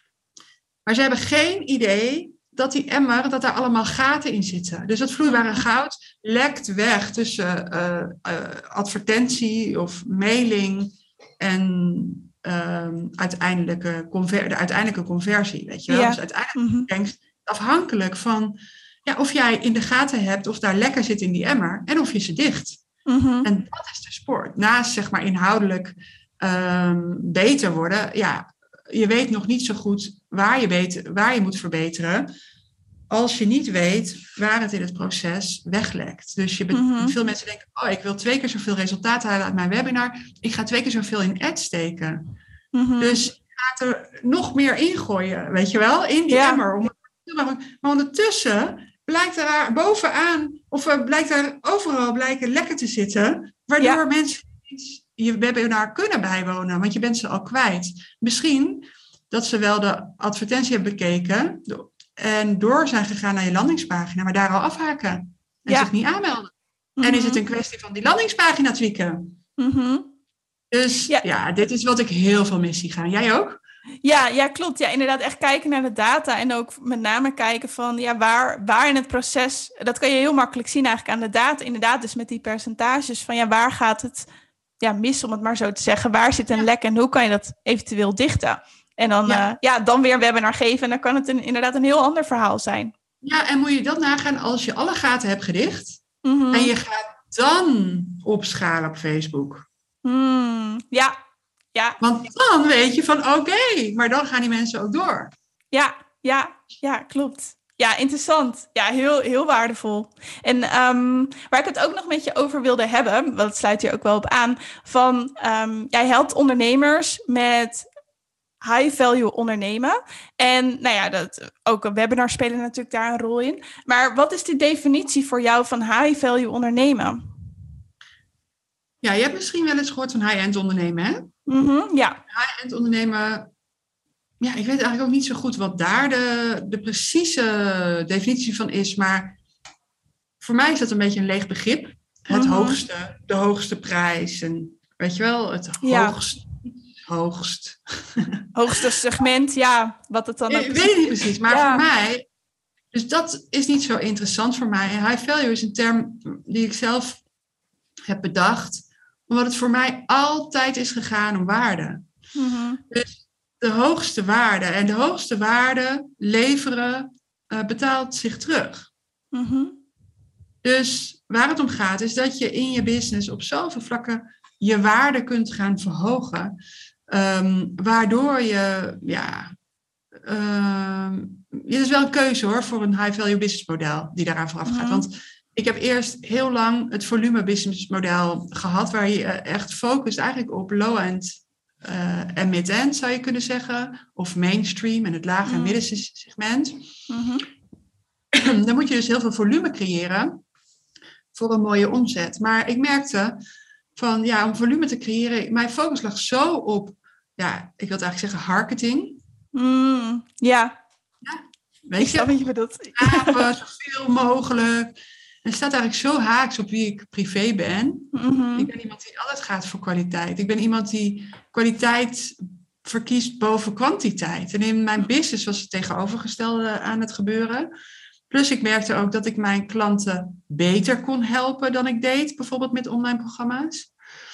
Maar ze hebben geen idee dat die emmer, dat daar allemaal gaten in zitten. Dus dat vloeibare goud lekt weg tussen uh, uh, advertentie of mailing en um, uiteindelijke conver- de uiteindelijke conversie. Weet je wel? Ja. Dus uiteindelijk mm-hmm. denk afhankelijk van ja, of jij in de gaten hebt of daar lekker zit in die emmer en of je ze dicht. Mm-hmm. En dat is de sport. Naast zeg maar inhoudelijk um, beter worden, ja, je weet nog niet zo goed waar je, beter, waar je moet verbeteren als je niet weet waar het in het proces weglekt. Dus je be- mm-hmm. veel mensen denken, oh, ik wil twee keer zoveel resultaat halen uit mijn webinar. Ik ga twee keer zoveel in ads steken. Mm-hmm. Dus je gaat er nog meer ingooien, weet je wel, in die ja. emmer. Om, maar ondertussen blijkt er bovenaan, of uh, blijkt er overal blijken lekker te zitten, waardoor ja. mensen je webinar kunnen bijwonen, want je bent ze al kwijt. Misschien dat ze wel de advertentie hebben bekeken en door zijn gegaan naar je landingspagina, maar daar al afhaken en ja. zich niet aanmelden. Mm-hmm. En is het een kwestie van die landingspagina tweaken. Mm-hmm. Dus ja. ja, dit is wat ik heel veel mis zie gaan. Jij ook? Ja, ja, klopt. Ja, inderdaad echt kijken naar de data en ook met name kijken van ja, waar, waar in het proces, dat kan je heel makkelijk zien eigenlijk aan de data, inderdaad dus met die percentages van ja, waar gaat het ja, mis, om het maar zo te zeggen, waar zit een ja. lek en hoe kan je dat eventueel dichten? En dan, Ja. uh, ja, dan weer een webinar geven. En dan kan het een, inderdaad een heel ander verhaal zijn. Ja, en moet je dat nagaan als je alle gaten hebt gedicht. Mm-hmm. En je gaat dan opschalen op Facebook. Mm, ja, ja. Want dan weet je van oké, okay, maar dan gaan die mensen ook door. Ja, ja, ja, klopt. Ja, interessant. Ja, heel, heel waardevol. En um, waar ik het ook nog met je over wilde hebben, want het sluit hier ook wel op aan, van um, jij helpt ondernemers met high-value ondernemen. En nou ja, dat, ook een webinar spelen natuurlijk daar een rol in. Maar wat is de definitie voor jou van high-value ondernemen? Ja, je hebt misschien wel eens gehoord van high-end ondernemen, hè? Mm-hmm, ja. High-end ondernemen, ja, ik weet eigenlijk ook niet zo goed wat daar de, de precieze definitie van is. Maar voor mij is dat een beetje een leeg begrip. Het Mm-hmm. hoogste, de hoogste prijs en weet je wel, het ja. hoogst. hoogst. Hoogste segment, ja, wat het dan ook is. Ik weet het niet precies, maar ja. voor mij, dus dat is niet zo interessant voor mij. High value is een term die ik zelf heb bedacht, omdat het voor mij altijd is gegaan om waarde. Mm-hmm. Dus de hoogste waarde en de hoogste waarde leveren uh, betaalt zich terug. Mm-hmm. Dus waar het om gaat is dat je in je business op zoveel vlakken je waarde kunt gaan verhogen. Um, waardoor je, ja, um, het is wel een keuze hoor voor een high-value business model die daaraan vooraf gaat. Mm-hmm. Want ik heb eerst heel lang het volume business model gehad, waar je echt focust eigenlijk op low-end uh, en mid-end zou je kunnen zeggen. Of mainstream en het lage mm-hmm. en middensegment. Mm-hmm. Dan moet je dus heel veel volume creëren voor een mooie omzet. Maar ik merkte van, ja, om volume te creëren, mijn focus lag zo op, ja, ik wil het eigenlijk zeggen, marketing. Mm, ja. ja. Weet ik snap wat je bedoelt. Apen, zoveel mogelijk. En het staat eigenlijk zo haaks op wie ik privé ben. Mm-hmm. Ik ben iemand die altijd gaat voor kwaliteit. Ik ben iemand die kwaliteit verkiest boven kwantiteit. En in mijn business was het tegenovergestelde aan het gebeuren. Plus ik merkte ook dat ik mijn klanten beter kon helpen dan ik deed, bijvoorbeeld met online programma's.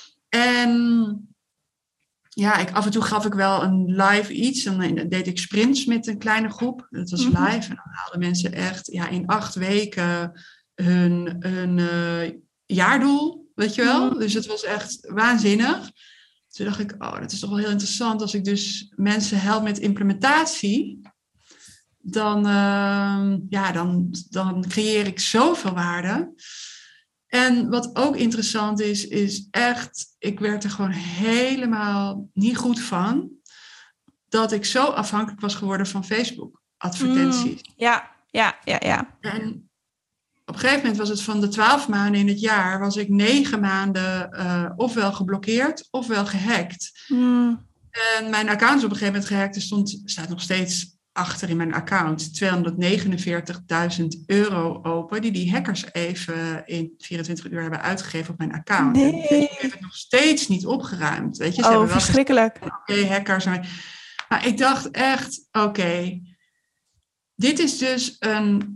En ja, ik, af en toe gaf ik wel een live iets. Dan deed ik sprints met een kleine groep. Dat was live. En dan haalden mensen echt ja, in acht weken hun, hun uh, jaardoel, weet je wel. Mm-hmm. Dus het was echt waanzinnig. Toen dacht ik, oh, dat is toch wel heel interessant. Als ik dus mensen help met implementatie, dan, uh, ja, dan, dan creëer ik zoveel waarde. En wat ook interessant is, is echt, ik werd er gewoon helemaal niet goed van, dat ik zo afhankelijk was geworden van Facebook-advertenties. Mm, ja, ja, ja, ja. En op een gegeven moment was het van de twaalf maanden in het jaar, was ik negen maanden uh, ofwel geblokkeerd, ofwel gehackt. Mm. En mijn account is op een gegeven moment gehackt. Er stond, staat nog steeds achter in mijn account tweehonderdnegenenveertigduizend euro open, die die hackers even in vierentwintig uur hebben uitgegeven op mijn account. Nee. En ik heb het nog steeds niet opgeruimd. Weet je? Ze oh, hebben wel verschrikkelijk. Oké, okay, hackers. Maar ik dacht echt, oké, okay, dit is dus een,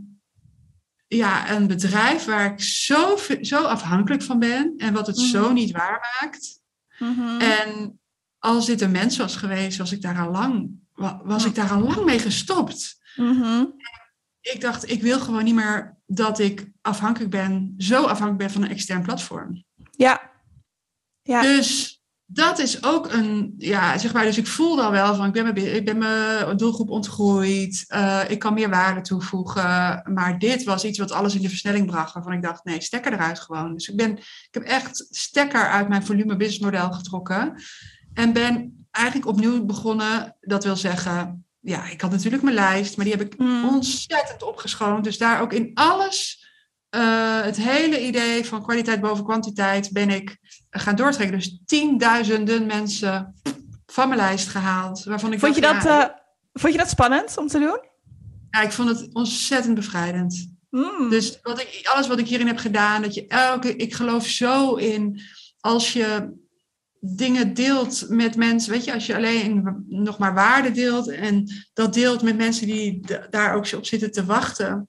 ja, een bedrijf waar ik zo, zo afhankelijk van ben en wat het mm-hmm. zo niet waar maakt. Mm-hmm. En als dit een mens was geweest, was ik daar al lang was ik daar al lang mee gestopt. Mm-hmm. Ik dacht, ik wil gewoon niet meer dat ik afhankelijk ben, zo afhankelijk ben van een extern platform. Ja. ja. Dus dat is ook een, ja, zeg maar, dus ik voelde al wel van, ik ben mijn, ik ben mijn doelgroep ontgroeid, uh, ik kan meer waarde toevoegen, maar dit was iets wat alles in de versnelling bracht, waarvan ik dacht, nee, stekker eruit gewoon. Dus ik ben, ik heb echt stekker uit mijn volume businessmodel getrokken en ben eigenlijk opnieuw begonnen. Dat wil zeggen, ja, ik had natuurlijk mijn lijst, maar die heb ik mm. ontzettend opgeschoond. Dus daar ook in alles, uh, het hele idee van kwaliteit boven kwantiteit, ben ik gaan doortrekken. Dus tienduizenden mensen van mijn lijst gehaald. Waarvan ik vond, dacht, je dat, ja, uh, vond je dat spannend om te doen? Ja, ik vond het ontzettend bevrijdend. Mm. Dus wat ik, alles wat ik hierin heb gedaan, dat je elke, ik geloof zo in, als je dingen deelt met mensen, weet je, als je alleen nog maar waarde deelt en dat deelt met mensen die d- daar ook op zitten te wachten,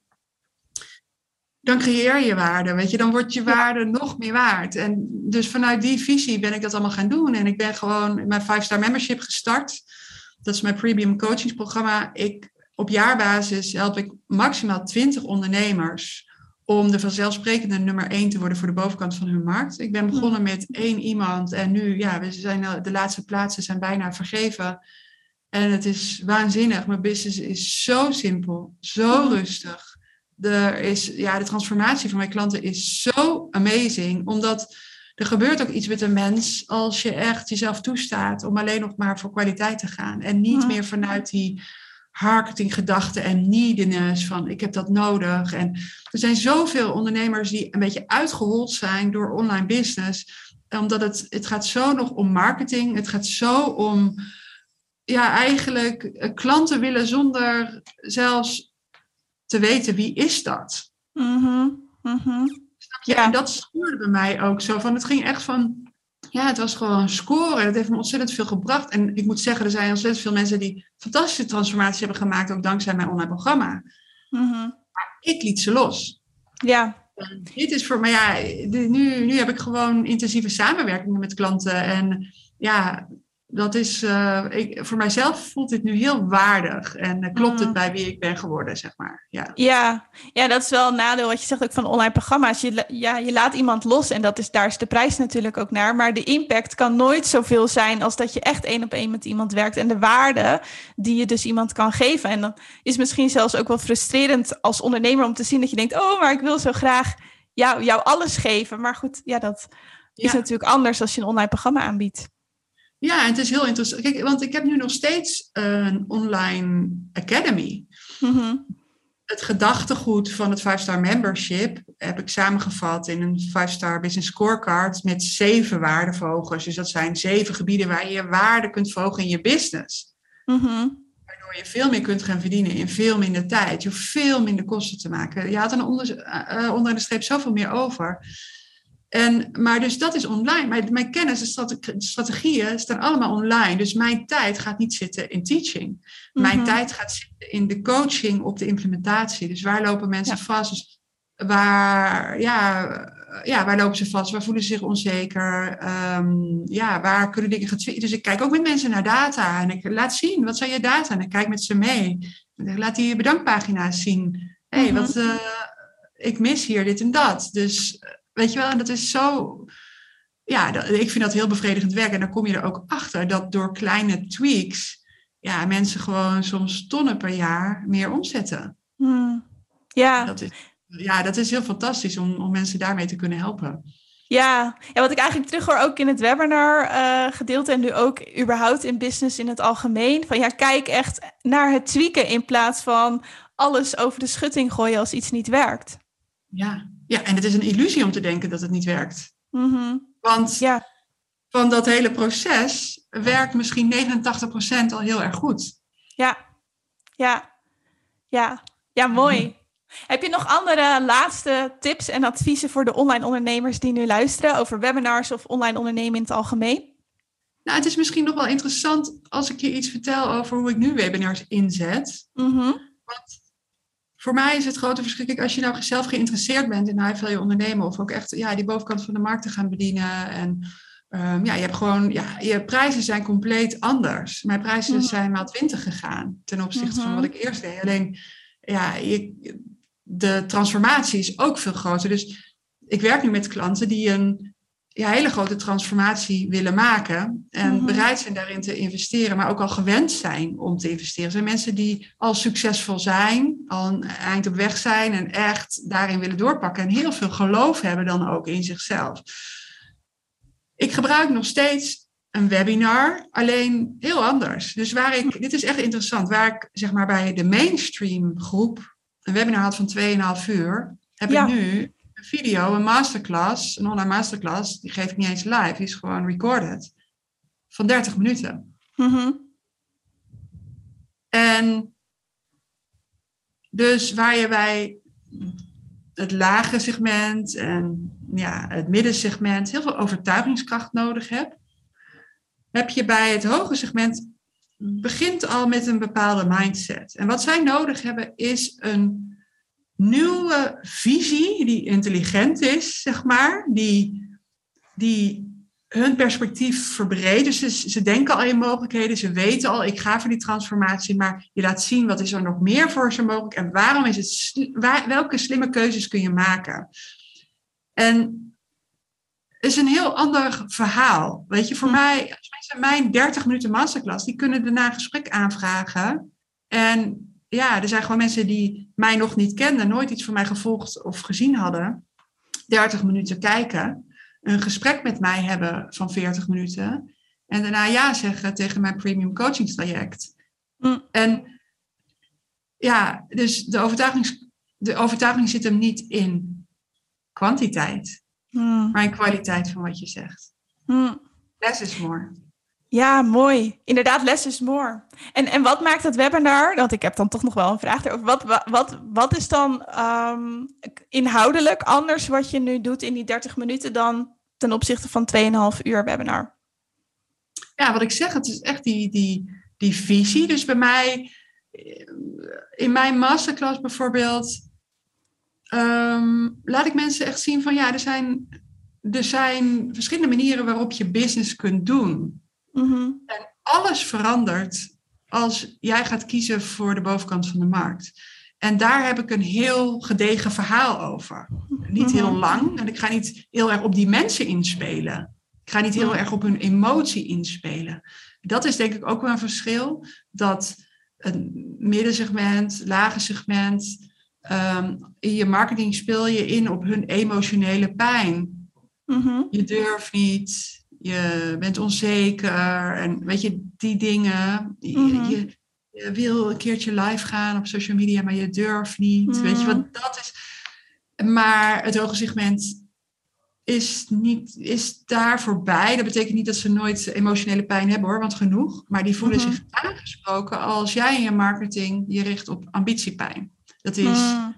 dan creëer je waarde, weet je, dan wordt je waarde nog meer waard. En dus vanuit die visie ben ik dat allemaal gaan doen en ik ben gewoon mijn five-star membership gestart Dat is mijn premium coachingsprogramma. Ik, op jaarbasis help ik maximaal twintig ondernemers om de vanzelfsprekende nummer één te worden voor de bovenkant van hun markt. Ik ben begonnen met één iemand en nu, ja, we zijn, de laatste plaatsen zijn bijna vergeven. En het is waanzinnig. Mijn business is zo simpel, zo rustig. Er is, ja, de transformatie van mijn klanten is zo amazing, omdat er gebeurt ook iets met een mens als je echt jezelf toestaat om alleen nog maar voor kwaliteit te gaan. En niet meer vanuit die marketinggedachten en neediness van ik heb dat nodig. En er zijn zoveel ondernemers die een beetje uitgehold zijn door online business. Omdat het, het gaat zo nog om marketing. Het gaat zo om, ja, eigenlijk klanten willen zonder zelfs te weten wie is dat. Mm-hmm. Mm-hmm. Snap je? Ja. En dat scoorde bij mij ook zo. Van, het ging echt van, ja, het was gewoon scoren. Dat heeft me ontzettend veel gebracht. En ik moet zeggen, er zijn ontzettend veel mensen die fantastische transformaties hebben gemaakt, ook dankzij mijn online programma. Mm-hmm. Maar ik liet ze los. Ja. En dit is voor mij, ja, nu, nu heb ik gewoon intensieve samenwerkingen met klanten. En ja, dat is, uh, ik, voor mijzelf voelt dit nu heel waardig. En uh, klopt mm. het bij wie ik ben geworden, zeg maar. Ja. Ja. ja, dat is wel een nadeel wat je zegt ook van online programma's. Je, ja, je laat iemand los en dat is, daar is de prijs natuurlijk ook naar. Maar de impact kan nooit zoveel zijn als dat je echt één op één met iemand werkt. En de waarde die je dus iemand kan geven. En dan is het misschien zelfs ook wel frustrerend als ondernemer om te zien dat je denkt, oh, maar ik wil zo graag jou, jou alles geven. Maar goed, ja, dat ja. is natuurlijk anders als je een online programma aanbiedt. Ja, en het is heel interessant. Kijk, want ik heb nu nog steeds een online academy. Mm-hmm. Het gedachtegoed van het vijf-star membership heb ik samengevat in een vijf-star business scorecard met zeven waardeverhogers. Dus dat zijn zeven gebieden waar je je waarde kunt verhogen in je business. Mm-hmm. Waardoor je veel meer kunt gaan verdienen in veel minder tijd. Je hoeft veel minder kosten te maken. Je had er onder, uh, onder de streep zoveel meer over. En, maar dus dat is online. Mijn, mijn kennis en strategieën staan allemaal online. Dus mijn tijd gaat niet zitten in teaching. Mijn mm-hmm. tijd gaat zitten in de coaching op de implementatie. Dus waar lopen mensen ja. vast? Dus waar, ja, ja, waar lopen ze vast? Waar voelen ze zich onzeker? Um, ja, waar kunnen dingen gaan tweaken? Dus ik kijk ook met mensen naar data. En ik laat zien, wat zijn je data? En ik kijk met ze mee. Ik laat die bedankpagina's zien. Hé, hey, mm-hmm. wat uh, ik mis hier dit en dat. Dus weet je wel, en dat is zo, ja, dat, ik vind dat heel bevredigend werk. En dan kom je er ook achter dat door kleine tweaks, ja, mensen gewoon soms tonnen per jaar meer omzetten. Hmm. Ja. Dat is, ja, dat is heel fantastisch om, om mensen daarmee te kunnen helpen. Ja. ja, wat ik eigenlijk terughoor ook in het webinar uh, gedeelte en nu ook überhaupt in business in het algemeen. Van ja, kijk echt naar het tweaken in plaats van alles over de schutting gooien als iets niet werkt. Ja. Ja, en het is een illusie om te denken dat het niet werkt. Mm-hmm. Want ja. van dat hele proces werkt misschien negenentachtig procent al heel erg goed. Ja, ja, ja, ja, mooi. Mm-hmm. Heb je nog andere laatste tips en adviezen voor de online ondernemers die nu luisteren over webinars of online ondernemen in het algemeen? Nou, het is misschien nog wel interessant als ik je iets vertel over hoe ik nu webinars inzet. Mm-hmm. Want voor mij is het grote verschil, kijk, als je nou zelf geïnteresseerd bent in high value ondernemen of ook echt ja, die bovenkant van de markt te gaan bedienen. En um, ja, je hebt gewoon, ja, je prijzen zijn compleet anders. Mijn prijzen mm-hmm. zijn maal twintig gegaan ten opzichte mm-hmm. van wat ik eerst deed. Alleen, ja, je, de transformatie is ook veel groter. Dus ik werk nu met klanten die een ja, hele grote transformatie willen maken en mm-hmm. bereid zijn daarin te investeren, maar ook al gewend zijn om te investeren. Er zijn mensen die al succesvol zijn, al een eind op weg zijn en echt daarin willen doorpakken en heel veel geloof hebben dan ook in zichzelf. Ik gebruik nog steeds een webinar, alleen heel anders. Dus waar ik, dit is echt interessant, waar ik zeg maar bij de mainstream groep een webinar had van twee en een half uur, heb ja. ik nu een video, een masterclass, een online masterclass, die geef ik niet eens live, die is gewoon recorded, van dertig minuten. Mm-hmm. En dus waar je bij het lage segment en ja, het middensegment heel veel overtuigingskracht nodig hebt, heb je bij het hoge segment, begint al met een bepaalde mindset. En wat zij nodig hebben is een nieuwe visie die intelligent is, zeg maar, die, die hun perspectief verbreedt. Dus ze, ze denken al in mogelijkheden, ze weten al, ik ga voor die transformatie, maar je laat zien wat is er nog meer voor ze mogelijk en waarom is het, waar, welke slimme keuzes kun je maken. En het is een heel ander verhaal. Weet je, voor hm. mij, als mensen mijn dertig minuten masterclass, die kunnen daarna een gesprek aanvragen. En ja, er zijn gewoon mensen die mij nog niet kenden, nooit iets van mij gevolgd of gezien hadden. dertig minuten kijken. Een gesprek met mij hebben van veertig minuten. En daarna ja zeggen tegen mijn premium coachingstraject. Mm. En ja, dus de overtuiging, de overtuiging zit hem niet in kwantiteit. Mm. Maar in kwaliteit van wat je zegt. Mm. Less is more. Ja, mooi. Inderdaad, less is more. En, en wat maakt het webinar, want ik heb dan toch nog wel een vraag erover. Wat, wat, wat, wat is dan um, inhoudelijk anders wat je nu doet in die dertig minuten dan ten opzichte van twee komma vijf uur webinar? Ja, wat ik zeg, het is echt die, die, die visie. Dus bij mij, in mijn masterclass bijvoorbeeld, um, laat ik mensen echt zien van ja, er zijn, er zijn verschillende manieren waarop je business kunt doen. Mm-hmm. En alles verandert als jij gaat kiezen voor de bovenkant van de markt. En daar heb ik een heel gedegen verhaal over. Niet heel lang. En ik ga niet heel erg op die mensen inspelen. Ik ga niet heel erg op hun emotie inspelen. Dat is denk ik ook wel een verschil. Dat een middensegment, lage segment. Um, in je marketing speel je in op hun emotionele pijn. Mm-hmm. Je durft niet. Je bent onzeker. En weet je, die dingen. Mm-hmm. Je, je, je wil een keertje live gaan op social media, maar je durft niet. Mm. Weet je wat dat is? Maar het hoge segment is, niet, is daar voorbij. Dat betekent niet dat ze nooit emotionele pijn hebben hoor, want genoeg. Maar die voelen mm-hmm. zich aangesproken als jij in je marketing je richt op ambitiepijn. Dat is, mm.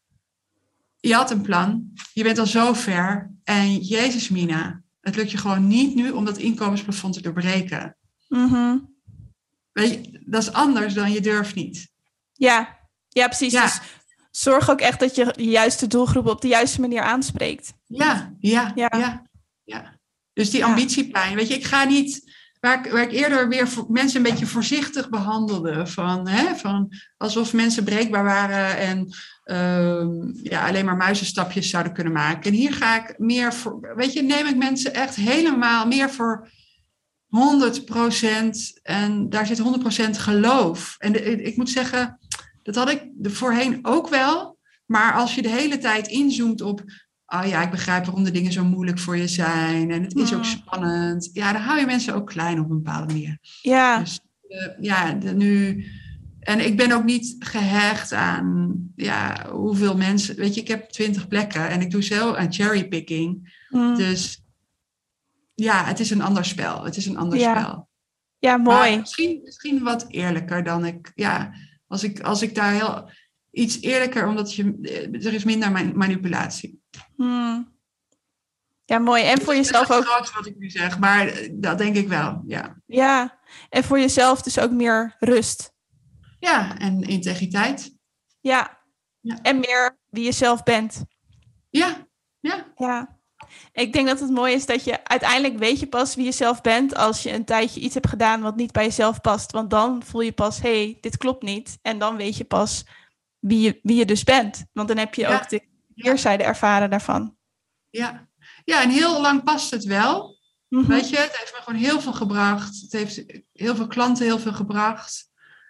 je had een plan, je bent al zo ver en Jezus Mina, het lukt je gewoon niet nu om dat inkomensplafond te doorbreken. Mm-hmm. Weet je, dat is anders dan je durft niet. Ja, ja precies. Ja. Dus zorg ook echt dat je de juiste doelgroep op de juiste manier aanspreekt. Ja, ja, ja. ja, ja. Dus die ambitiepijn. Weet je, ik ga niet... Waar ik, waar ik eerder weer voor, mensen een beetje voorzichtig behandelde. Van, hè, van alsof mensen breekbaar waren en um, ja, alleen maar muizenstapjes zouden kunnen maken. En hier ga ik meer voor... Weet je, neem ik mensen echt helemaal meer voor... honderd procent en daar zit honderd procent geloof. En de, ik moet zeggen, dat had ik voorheen ook wel. Maar als je de hele tijd inzoomt op... oh ja, ik begrijp waarom de dingen zo moeilijk voor je zijn. En het is ook spannend. Ja, dan hou je mensen ook klein op een bepaalde manier. Ja. Dus uh, ja, de, nu... En ik ben ook niet gehecht aan ja, hoeveel mensen... Weet je, ik heb twintig plekken en ik doe zelf aan cherrypicking. Mm. Dus... Ja, het is een ander spel. Het is een ander ja. spel. Ja, mooi. Maar misschien, misschien wat eerlijker dan ik... Ja, als ik, als ik daar heel... Iets eerlijker, omdat je... Er is minder manipulatie. Hmm. Ja, mooi. En voor jezelf ook... Dat is wat ik nu zeg, maar dat denk ik wel, ja. Ja, en voor jezelf dus ook meer rust. Ja, en integriteit. Ja, ja. En meer wie je zelf bent. Ja, ja. Ja. Ik denk dat het mooi is dat je uiteindelijk weet je pas wie je zelf bent als je een tijdje iets hebt gedaan wat niet bij jezelf past. Want dan voel je pas, hé, hey, dit klopt niet. En dan weet je pas wie je, wie je dus bent. Want dan heb je ja. ook de keerzijde ervaren daarvan. Ja. Ja, en heel lang past het wel. Mm-hmm. Weet je, het heeft me gewoon heel veel gebracht. Het heeft heel veel klanten heel veel gebracht.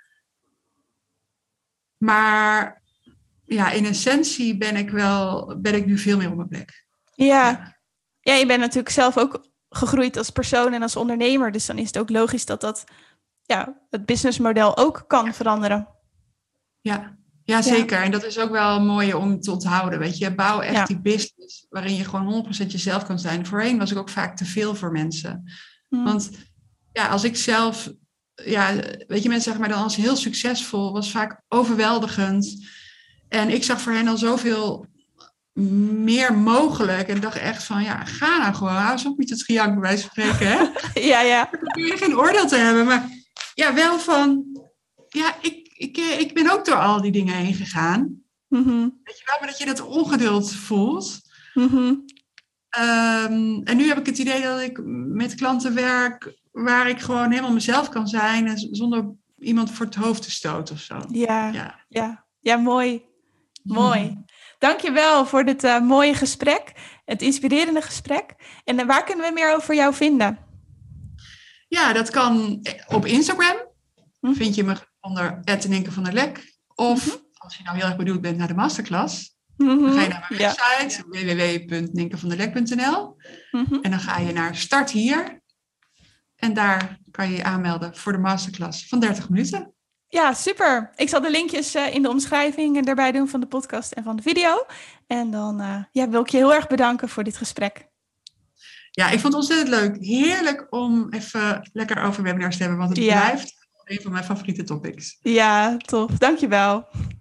Maar ja, in essentie ben ik wel, ben ik nu veel meer op mijn plek. Ja. ja, je bent natuurlijk zelf ook gegroeid als persoon en als ondernemer. Dus dan is het ook logisch dat dat, ja, het businessmodel ook kan veranderen. Ja, ja zeker. Ja. En dat is ook wel mooi om te onthouden. Weet je, bouw echt ja. die business waarin je gewoon honderd procent jezelf kan zijn. Voorheen was ik ook vaak te veel voor mensen. Hmm. Want ja, als ik zelf, ja, weet je, mensen zeggen maar dan als heel succesvol, was vaak overweldigend. En ik zag voor hen al zoveel meer mogelijk. En dacht echt van, ja, ga nou gewoon. Hou eens op met het gejank bij wijze van spreken, hè? ja, ja. Dan kun je geen oordeel te hebben. Maar ja, wel van, ja, ik, ik, ik ben ook door al die dingen heen gegaan. Mm-hmm. Weet je wel, maar dat je dat ongeduld voelt. Mm-hmm. Um, en nu heb ik het idee dat ik met klanten werk waar ik gewoon helemaal mezelf kan zijn en zonder iemand voor het hoofd te stoten of zo. Ja, ja, ja. ja mooi. Mooi. Dankjewel voor dit uh, mooie gesprek, het inspirerende gesprek. En uh, waar kunnen we meer over jou vinden? Ja, dat kan op Instagram. Hm? Vind je me onder at Ninke van der Lek. Of Mm-hmm. als je nou heel erg benieuwd bent naar de masterclass, Mm-hmm. dan ga je naar mijn ja. website w w w punt ninke van der lek punt n l Mm-hmm. en dan ga je naar Start Hier. En daar kan je je aanmelden voor de masterclass van dertig minuten. Ja, super. Ik zal de linkjes uh, in de omschrijving en daarbij doen van de podcast en van de video. En dan uh, ja, wil ik je heel erg bedanken voor dit gesprek. Ja, ik vond het ontzettend leuk. Heerlijk om even lekker over webinars te hebben, want het ja. blijft een van mijn favoriete topics. Ja, tof. Dankjewel.